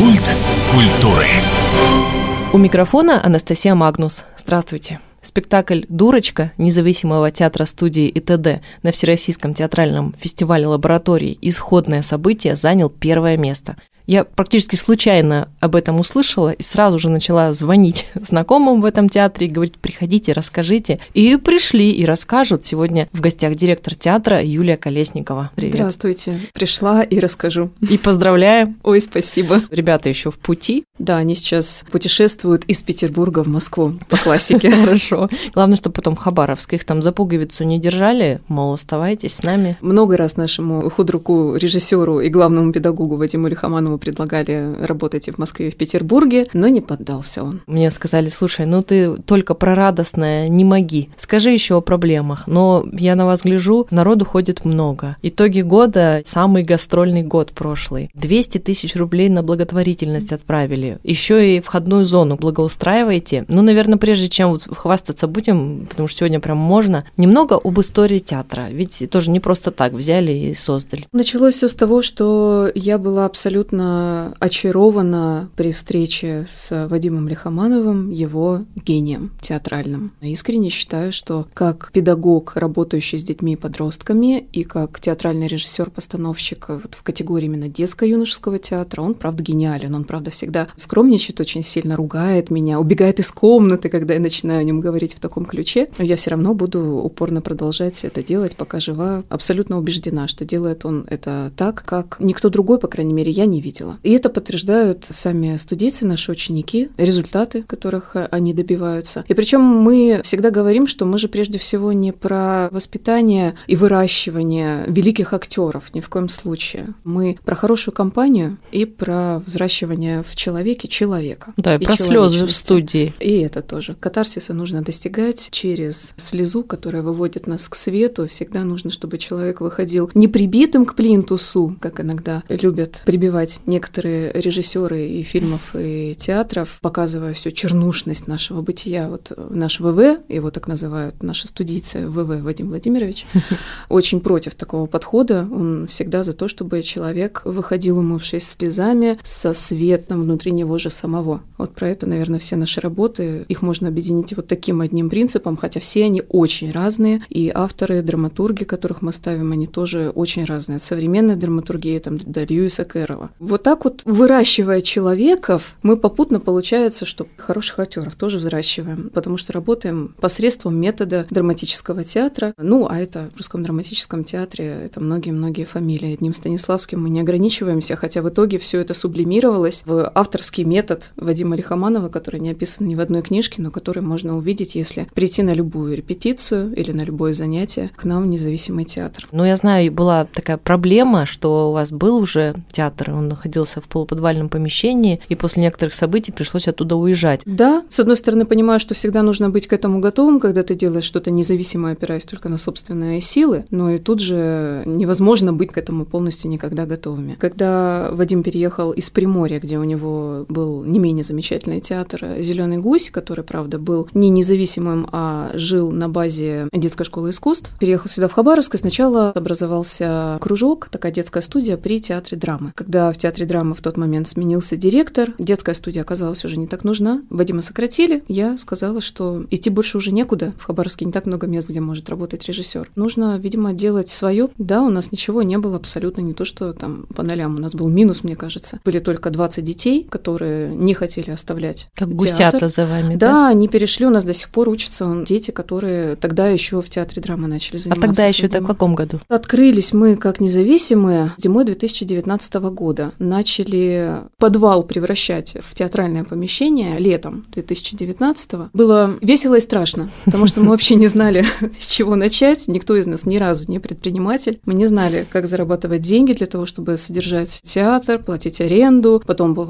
Культ культуры. У микрофона Анастасия Магнус. Здравствуйте. Спектакль «Дурочка» независимого театра-студии ИТД на Всероссийском театральном фестивале лабораторий «Исходное событие» занял первое место. Я практически случайно об этом услышала и сразу же начала звонить знакомым в этом театре и говорить: приходите, расскажите. И пришли и расскажут. Сегодня в гостях директор театра Юлия Колесникова. Привет. Здравствуйте. Пришла и расскажу. И поздравляем. Ой, спасибо. Ребята еще в пути. Да, они сейчас путешествуют из Петербурга в Москву по классике. Хорошо. Главное, чтобы потом в Хабаровск их там за пуговицу не держали, мол, оставайтесь с нами. Много раз нашему худруку, режиссеру и главному педагогу Вадиму Лихоманову предлагали работать и в Москве, и в Петербурге, но не поддался он. Мне сказали: слушай, ну ты только про радостное не моги. Скажи еще о проблемах. Но я на вас гляжу, народу ходит много. Итоги года — самый гастрольный год прошлый. 200 тысяч рублей на благотворительность отправили. Еще и входную зону благоустраиваете. Ну, наверное, прежде чем хвастаться будем, потому что сегодня прям можно, немного об истории театра. Ведь тоже не просто так взяли и создали. Началось все с того, что я была абсолютно очарована при встрече с Вадимом Лихомановым, его гением театральным. Искренне считаю, что как педагог, работающий с детьми и подростками, и как театральный режиссер-постановщик вот в категории именно детско-юношеского театра, он, правда, гениален. Он, правда, всегда скромничает очень сильно, ругает меня, убегает из комнаты, когда я начинаю о нем говорить в таком ключе. Но я все равно буду упорно продолжать это делать, пока жива. Абсолютно убеждена, что делает он это так, как никто другой, по крайней мере, я не видела. И это подтверждают сами студийцы, наши ученики, результаты, которых они добиваются. И причем мы всегда говорим, что мы же прежде всего не про воспитание и выращивание великих актеров, ни в коем случае. Мы про хорошую компанию и про взращивание в человеке человека. Да, и про слезы в студии. И это тоже. Катарсиса нужно достигать через слезу, которая выводит нас к свету. Всегда нужно, чтобы человек выходил не прибитым к плинтусу, как иногда любят прибивать некоторые режиссеры и фильмов, и театров, показывая всю чернушность нашего бытия. Вот наш ВВ, его так называют наши студийцы, ВВ Вадим Владимирович, очень против такого подхода. Он всегда за то, чтобы человек выходил, умывшись слезами, со светом внутри него же самого. Вот про это, наверное, все наши работы. Их можно объединить вот таким одним принципом, хотя все они очень разные, и авторы, драматурги, которых мы ставим, они тоже очень разные. От современной драматургии там, до Льюиса Кэрролла. Вот так вот, выращивая человеков, мы попутно, получается, что хороших актеров тоже взращиваем, потому что работаем посредством метода драматического театра. Ну, а это в Русском драматическом театре, это многие-многие фамилии. Одним Станиславским мы не ограничиваемся, хотя в итоге все это сублимировалось в авторский метод Вадима Лихоманова, который не описан ни в одной книжке, но который можно увидеть, если прийти на любую репетицию или на любое занятие к нам в независимый театр. Ну, я знаю, была такая проблема, что у вас был уже театр, он находился в полуподвальном помещении, и после некоторых событий пришлось оттуда уезжать. Да, с одной стороны, понимаю, что всегда нужно быть к этому готовым, когда ты делаешь что-то независимое, опираясь только на собственные силы, но и тут же невозможно быть к этому полностью никогда готовыми. Когда Вадим переехал из Приморья, где у него был не менее замечательный театр «Зеленый гусь», который, правда, был не независимым, а жил на базе детской школы искусств, переехал сюда, в Хабаровск, и сначала образовался кружок, такая детская студия при театре драмы. Когда в театре драмы в тот момент сменился директор, детская студия оказалась уже не так нужна, Вадима сократили, я сказала, что идти больше уже некуда, в Хабаровске не так много мест, где может работать режиссер. Нужно, видимо, делать свое. Да, у нас ничего не было абсолютно, не то, что там по нолям, у нас был минус, мне кажется. Были только 20 детей, которые не хотели оставлять как театр. гусята за вами, да? Да, они перешли, у нас до сих пор учатся дети, которые тогда еще в театре драмы начали заниматься. А тогда еще в каком году? Открылись мы как независимые зимой 2019 года. Начали подвал превращать в театральное помещение летом 2019-го. Было весело и страшно, потому что мы вообще не знали, с чего начать. Никто из нас ни разу не предприниматель. Мы не знали, как зарабатывать деньги для того, чтобы содержать театр, платить аренду. Потом повылазила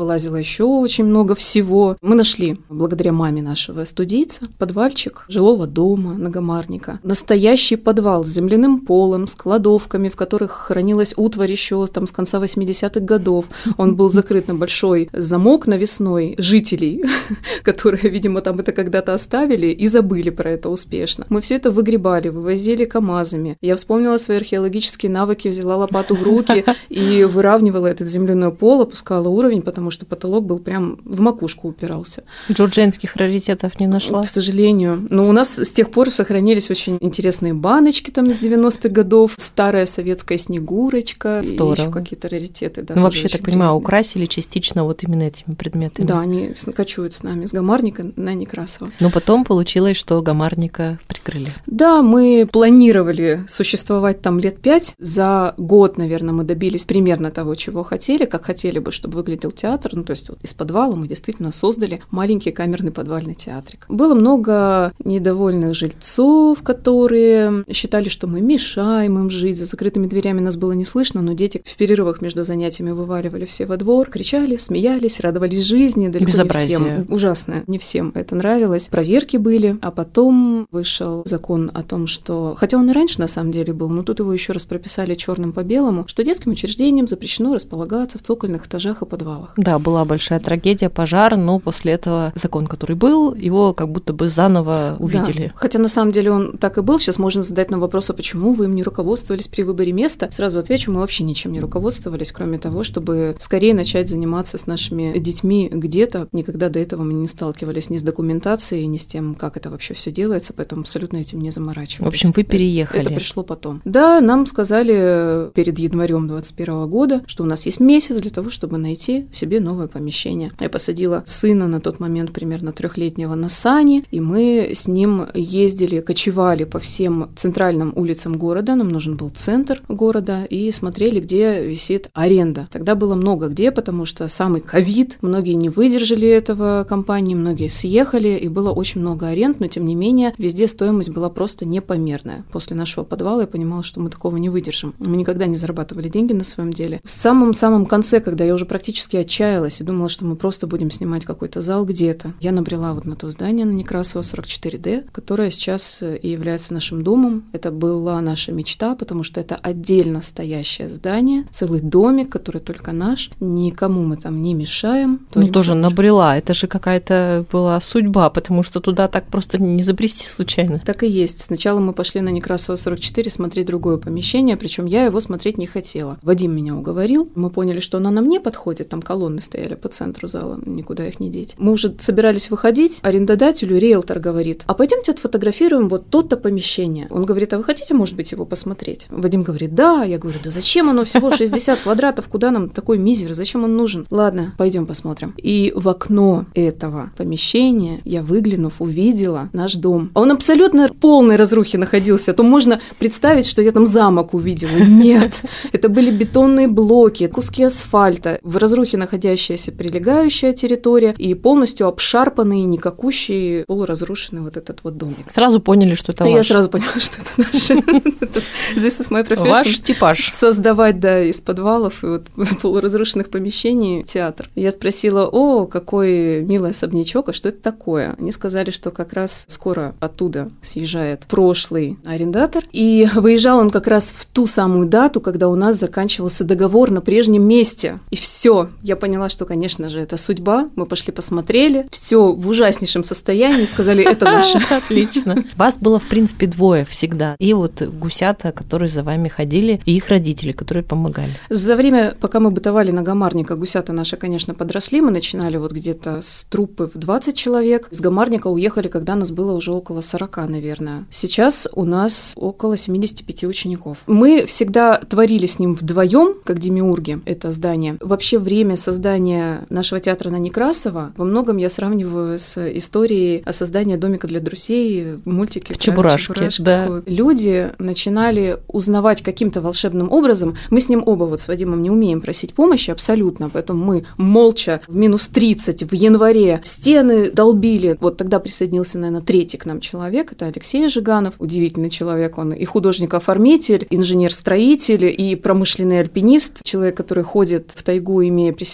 еще очень много всего. Мы нашли, благодаря маме нашего студийца, подвальчик жилого дома на Гамарника. Настоящий подвал с земляным полом, с кладовками, в которых хранилась утварь еще там с конца 80-х годов. Он был закрыт на большой замок навесной жителей, которые, видимо, там это когда-то оставили и забыли про это успешно. Мы все это выгребали, вывозили КАМАЗами. Я вспомнила свои археологические навыки, взяла лопату в руки и выравнивала этот земляной пол, опускала уровень, потому что потолок был прям в макушку упирался. Джорджианских раритетов не нашла? К сожалению. Но у нас с тех пор сохранились очень интересные баночки там из 90-х годов, старая советская снегурочка. Здорово. И еще какие-то раритеты. Да, ну, вообще, так понимаю, украсили частично вот именно этими предметами. Да, они кочуют с нами с Гамарника на Некрасова. Но потом получилось, что Гамарника прикрыли. Да, мы планировали существовать там лет 5. За год, наверное, мы добились примерно того, чего хотели, как хотели бы, чтобы выглядел театр. Ну, то есть вот из подвала мы действительно создали маленький камерный подвальный театрик. Было много недовольных жильцов, которые считали, что мы мешаем им жить. За закрытыми дверями нас было не слышно, но дети в перерывах между занятиями вываливали все во двор, кричали, смеялись, радовались жизни. Далеко безобразие. Не всем. Ужасно. Не всем это нравилось. Проверки были, а потом вышел закон о том, что... Хотя он и раньше, на самом деле, был, но тут его еще раз прописали черным по белому, что детским учреждениям запрещено располагаться в цокольных этажах и подвалах. Да, была большая трагедия, пожар, но после этого закон, который был, его как будто бы заново увидели. Да. Хотя на самом деле он так и был. Сейчас можно задать нам вопрос, а почему вы им не руководствовались при выборе места? Сразу отвечу, мы вообще ничем не руководствовались, кроме того, чтобы скорее начать заниматься с нашими детьми где-то. Никогда до этого мы не сталкивались ни с документацией, ни с тем, как это вообще все делается, поэтому абсолютно этим не заморачивались. В общем, вы переехали. Это пришло потом. Да, нам сказали перед январем 2021 года, что у нас есть месяц для того, чтобы найти себе новое помещение. Я посадила сына на тот момент примерно 3-летнего на сани, и мы с ним ездили, кочевали по всем центральным улицам города, нам нужен был центр города, и смотрели, где висит аренда. Тогда было много где, потому что самый ковид, многие не выдержали этого компании, многие съехали, и было очень много аренд, но тем не менее везде стоимость была просто непомерная. После нашего подвала я понимала, что мы такого не выдержим. Мы никогда не зарабатывали деньги на своем деле. В самом-самом конце, когда я уже практически отчаялась и думала, что мы просто будем снимать какой-то зал где-то, я набрела вот на то здание на Некрасова 44D, которое сейчас и является нашим домом. Это была наша мечта, потому что это отдельно стоящее здание, целый домик, который только наш. Никому мы там не мешаем. Ну, тоже набрела. Это же какая-то была судьба, потому что туда так просто не забрести случайно. Так и есть. Сначала мы пошли на Некрасова 44 смотреть другое помещение, причем я его смотреть не хотела. Вадим меня уговорил. Мы поняли, что оно нам не подходит. Там колонны стояли по центру зала, никуда их не деть. Мы уже собирались выходить. Арендодателю риэлтор говорит: а пойдемте отфотографируем вот то-то помещение. Он говорит: а вы хотите, может быть, его посмотреть? Вадим говорит: да. Я говорю: да зачем оно? Всего 60 квадратов. Куда нам такой мизер? Зачем он нужен? Ладно, пойдем посмотрим. И в окно этого помещения я, выглянув, увидела наш дом. А он абсолютно в полной разрухе находился. То можно представить, что я там замок увидела. Нет. Это были бетонные блоки, куски асфальта, в разрухе находящаяся прилегающая территория и полностью обшарпанный, никакущий, полуразрушенный вот этот вот домик. Сразу поняли, что это ваш. Я сразу поняла, что это наш. This is my profession. Ваш типаж. Создавать, да, из подвалов и вот полуразрушенных помещений театр. Я спросила: о, какой милый особнячок, а что это такое? Они сказали, что как раз скоро оттуда съезжает прошлый арендатор, и выезжал он как раз в ту самую дату, когда у нас заканчивался договор на прежнем месте. И все. Я поняла, что, конечно же, это судьба. Мы пошли посмотрели. Все в ужаснейшем состоянии. Сказали: это наше. Отлично. Вас было, в принципе, двое всегда. И вот гусята, которые за вами ходили, и их родители, которые помогали. За время, пока мы бытовали на Гамарника, гусята наши, конечно, подросли. Мы начинали вот где-то с труппы в 20 человек. С Гамарника уехали, когда нас было уже около 40, наверное. Сейчас у нас около 75 учеников. Мы всегда творили с ним вдвоем, как демиурги, это здание. Вообще время создания нашего театра на Некрасова во многом я сравниваю с историей о создании домика для друзей в мультике в Чебурашке. Да. Люди начинали узнавать каким-то волшебным образом. Мы с ним оба вот с Вадимом не умеем просить помощи абсолютно, поэтому мы молча в минус 30 в январе стены долбили. Вот тогда присоединился, наверное, третий к нам человек, это Алексей Жиганов, удивительный человек, он и художник-оформитель, инженер-строитель, и промышленный альпинист, человек, который ходит в тайгу, имея при себе только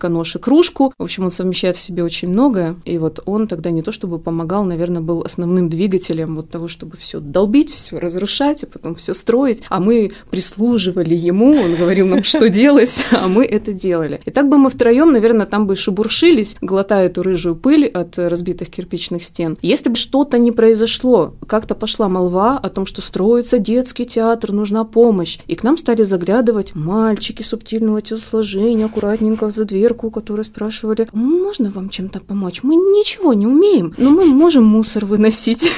крючконож и кружку. В общем, он совмещает в себе очень многое. И вот он тогда не то чтобы помогал, наверное, был основным двигателем вот того, чтобы все долбить, все разрушать, а потом все строить. А мы прислуживали ему, он говорил нам, что делать, а мы это делали. И так бы мы втроем, наверное, там бы шебуршились, глотая эту рыжую пыль от разбитых кирпичных стен. Если бы что-то не произошло, как-то пошла молва о том, что строится детский театр, нужна помощь. И к нам стали заглядывать мальчики субтильного телосложения, аккуратненько за дверку, которые спрашивали: можно вам чем-то помочь? Мы ничего не умеем, но мы можем мусор выносить.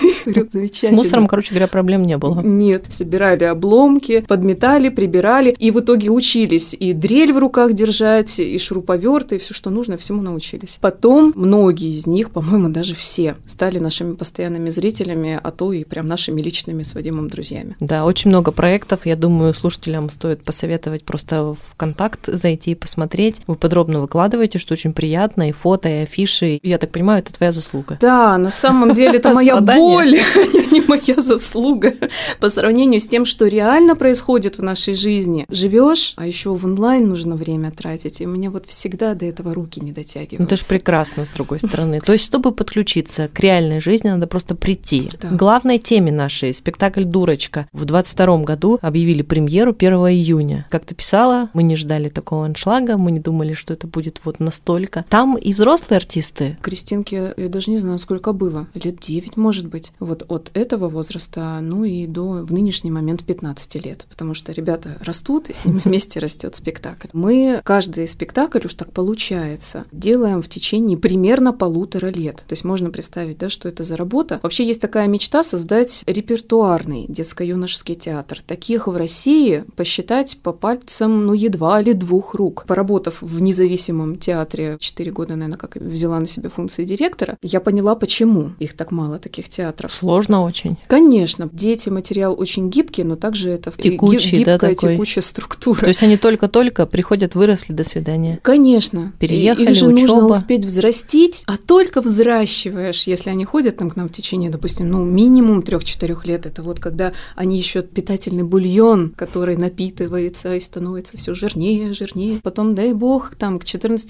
С мусором, короче говоря, проблем не было. Нет, собирали обломки, подметали, прибирали, и в итоге учились и дрель в руках держать, и шуруповерты, и все, что нужно, всему научились. Потом многие из них, по-моему, даже все, стали нашими постоянными зрителями, а то и прям нашими личными с Вадимом друзьями. Да, очень много проектов. Я думаю, слушателям стоит посоветовать просто в контакт зайти и посмотреть. Вы подробно выкладываете, что очень приятно, и фото, и афиши. Я так понимаю, это твоя заслуга. Да, на самом деле это моя боль, не моя заслуга. По сравнению с тем, что реально происходит в нашей жизни. Живешь, а еще в онлайн нужно время тратить, и у меня вот всегда до этого руки не дотягиваются. Ну, это же прекрасно, с другой стороны. То есть, чтобы подключиться к реальной жизни, надо просто прийти. Да. К главной теме нашей, спектакль «Дурочка». В 2022 году объявили премьеру 1 июня. Как ты писала, мы не ждали такого аншлага, мы не думали, что это будет вот настолько. Там и взрослые артисты. Кристинке, я даже не знаю, сколько было. Лет 9, может быть. Вот от этого возраста, ну и до, в нынешний момент, 15 лет. Потому что ребята растут, и с ними вместе растет спектакль. Мы каждый спектакль, уж так получается, делаем в течение примерно 1,5 лет. То есть можно представить, да, что это за работа. Вообще есть такая мечта создать репертуарный детско-юношеский театр. Таких в России посчитать по пальцам, ну, едва ли 2 рук. Поработав в независимом театре 4 года, наверное, как взяла на себя функции директора, я поняла, почему их так мало, таких театров. Сложно очень. Конечно. Дети, материал очень гибкий, но также это текучий, гибкая, да, такой. текучая структура. То есть они только-только приходят, выросли, до свидания. Конечно. Переехали, их же учёба. нужно успеть взрастить, а только взращиваешь, если они ходят там к нам в течение, допустим, ну, минимум 3-4 лет. Это вот когда они еще питательный бульон, который напитывается и становится все жирнее, жирнее. Потом, дай бог, там к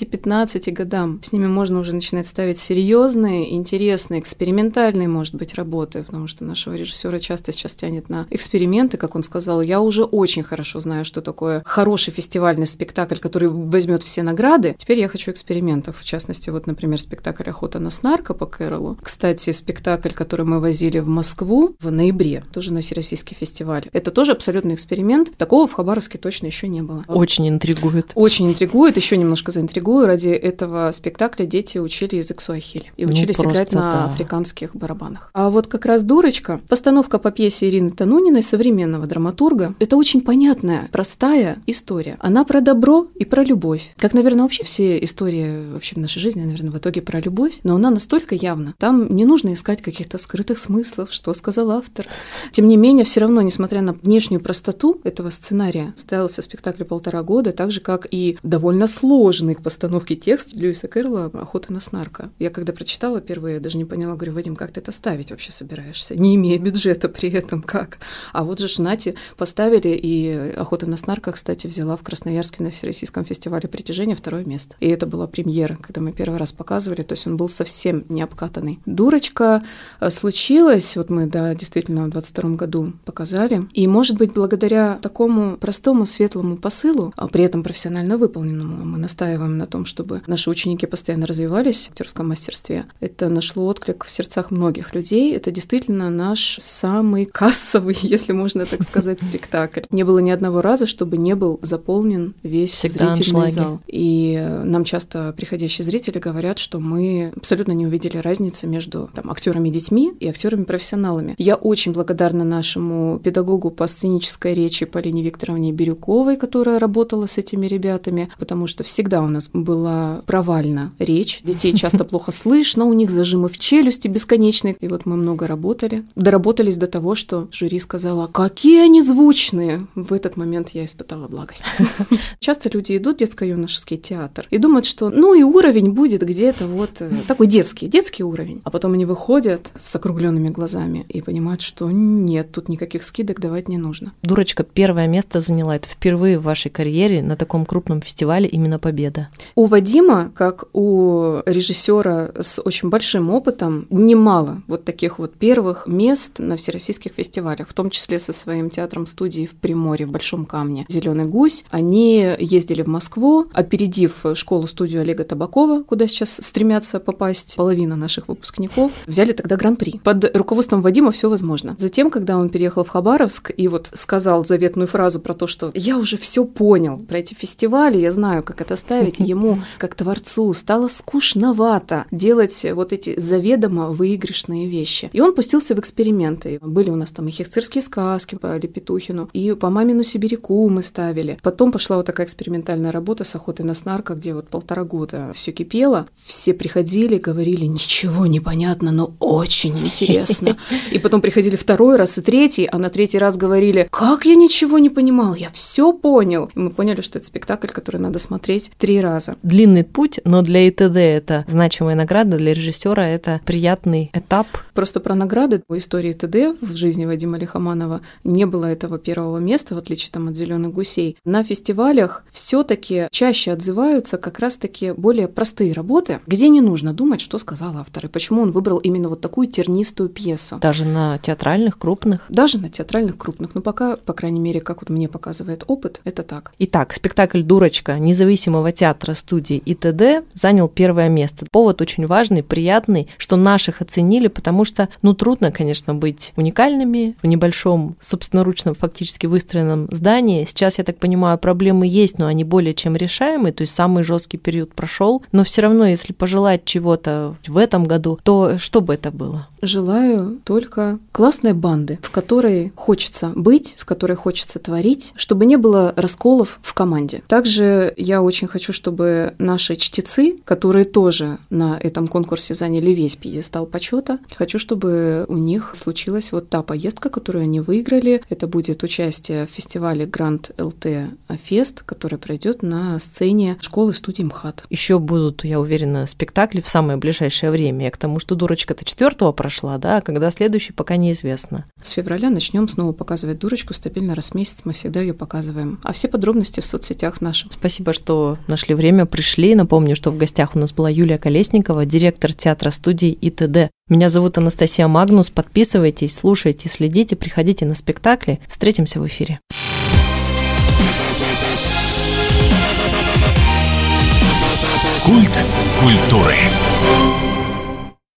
14-15 годам с ними можно уже начинать ставить серьезные, интересные, экспериментальные, может быть, работы, потому что нашего режиссера часто сейчас тянет на эксперименты, как он сказал. Я уже очень хорошо знаю, что такое хороший фестивальный спектакль, который возьмет все награды. Теперь я хочу экспериментов. В частности, вот, например, спектакль «Охота на снарка» по Кэролу. Кстати, спектакль, который мы возили в Москву в ноябре, тоже на Всероссийский фестиваль. Это тоже абсолютный эксперимент. Такого в Хабаровске точно еще не было. Очень интригует. Очень интригует. Еще немножко заинтригую. Ради этого спектакля дети учили язык суахили и учились играть на африканских барабанах. А вот как раз «Дурочка», постановка по пьесе Ирины Тануниной, современного драматурга, это очень понятная, простая история. Она про добро и про любовь. Как, наверное, вообще все истории вообще в нашей жизни, наверное, в итоге про любовь, но она настолько явна. Там не нужно искать каких-то скрытых смыслов, что сказал автор. Тем не менее, все равно, несмотря на внешнюю простоту этого сценария, ставился спектакль 1,5 года, так же, как и довольно сложный к постановке текст Льюиса Кэрролла «Охота на снарка». Я когда прочитала впервые, я даже не поняла, говорю: Вадим, как ты это ставить вообще собираешься, не имея бюджета при этом, как? А вот же Нати поставили, и «Охота на снарка», кстати, взяла в Красноярске на Всероссийском фестивале «Притяжение» 2 место. И это была премьера, когда мы первый раз показывали, то есть он был совсем не обкатанный. «Дурочка» случилась, вот мы, да, действительно в 22 году показали, и, может быть, благодаря такому простому, светлому посылу, а при этом профессионально выполненному, мы настаиваем на том, чтобы наши ученики постоянно развивались в актерском мастерстве. Это нашло отклик в сердцах многих людей. Это действительно наш самый кассовый, если можно так сказать, спектакль. Не было ни одного раза, чтобы не был заполнен весь всегда зрительный аншлаги. зал. И нам часто приходящие зрители говорят, что мы абсолютно не увидели разницы между актерами-детьми и актерами-профессионалами. Я очень благодарна нашему педагогу по сценической речи Полине Викторовне Бирюковой, которая работала с этими ребятами, потому что всегда у нас была провальна речь. Детей часто плохо слышно, у них зажимы в челюсти бесконечные. И вот мы много работали. Доработались до того, что жюри сказала: какие они звучные. В этот момент я испытала благость. Часто люди идут в детско-юношеский театр и думают, что и уровень будет где-то вот такой детский уровень. А потом они выходят с округленными глазами и понимают, что нет, тут никаких скидок давать не нужно. «Дурочка» первое место заняла. Это впервые в вашей карьере на таком крупном фестивале именно победа. заведа? У Вадима, как у режиссера с очень большим опытом, немало вот таких вот первых мест на всероссийских фестивалях, в том числе со своим театром-студией в Приморье, в Большом Камне «Зеленый гусь». Они ездили в Москву, опередив школу-студию Олега Табакова, куда сейчас стремятся попасть половина наших выпускников, взяли тогда гран-при. Под руководством Вадима все возможно. Затем, когда он переехал в Хабаровск и вот сказал заветную фразу про то, что я уже все понял про эти фестивали, я знаю, как это ставить, ему, как творцу, стало скучновато делать вот эти заведомо выигрышные вещи. И он пустился в эксперименты. Были у нас там и хехцерские сказки по Лепетухину, и по «Мамину сибиряку» мы ставили. Потом пошла вот такая экспериментальная работа с «Охотой на снарка», где вот 1,5 года все кипело. Все приходили, говорили, ничего не понятно, но очень интересно. И потом приходили 2-й раз и 3-й, а на 3-й раз говорили, как я ничего не понимал, я все понял. И мы поняли, что это спектакль, который надо смотреть 3 раза. Длинный путь, но для ИТД это значимая награда, для режиссера это приятный этап. Просто про награды в истории ИТД в жизни Вадима Лихоманова не было этого первого места, в отличие там от «Зеленых гусей». На фестивалях все-таки чаще отзываются как раз-таки более простые работы, где не нужно думать, что сказал автор, и почему он выбрал именно вот такую тернистую пьесу. Даже на театральных крупных? Даже на театральных крупных, но пока, по крайней мере, как вот мне показывает опыт, это так. Итак, спектакль «Дурочка» независимого театра студии ИТД занял 1 место. Повод очень важный, приятный, что наших оценили, потому что, трудно, конечно, быть уникальными в небольшом, собственноручном, фактически выстроенном здании. Сейчас, я так понимаю, проблемы есть, но они более чем решаемые, то есть самый жесткий период прошел. Но все равно, если пожелать чего-то в этом году, то что бы это было? Желаю только классной банды, в которой хочется быть, в которой хочется творить, чтобы не было расколов в команде. Также я очень хочу, чтобы наши чтецы, которые тоже на этом конкурсе заняли весь пьедестал почета, хочу, чтобы у них случилась вот та поездка, которую они выиграли. Это будет участие в фестивале Гранд ЛТ Фест, который пройдет на сцене школы-студии МХАТ. Еще будут, я уверена, спектакли в самое ближайшее время. Я к тому, что «Дурочка»-то 4-го прошла, да, а когда следующий, пока неизвестно. С февраля начнем снова показывать «Дурочку», стабильно раз в месяц мы всегда ее показываем. А все подробности в соцсетях наших. Спасибо, что нашли время, пришли. Напомню, что в гостях у нас была Юлия Колесникова, директор театра-студии ИТД. Меня зовут Анастасия Магнус. Подписывайтесь, слушайте, следите, приходите на спектакли. Встретимся в эфире. Культ культуры.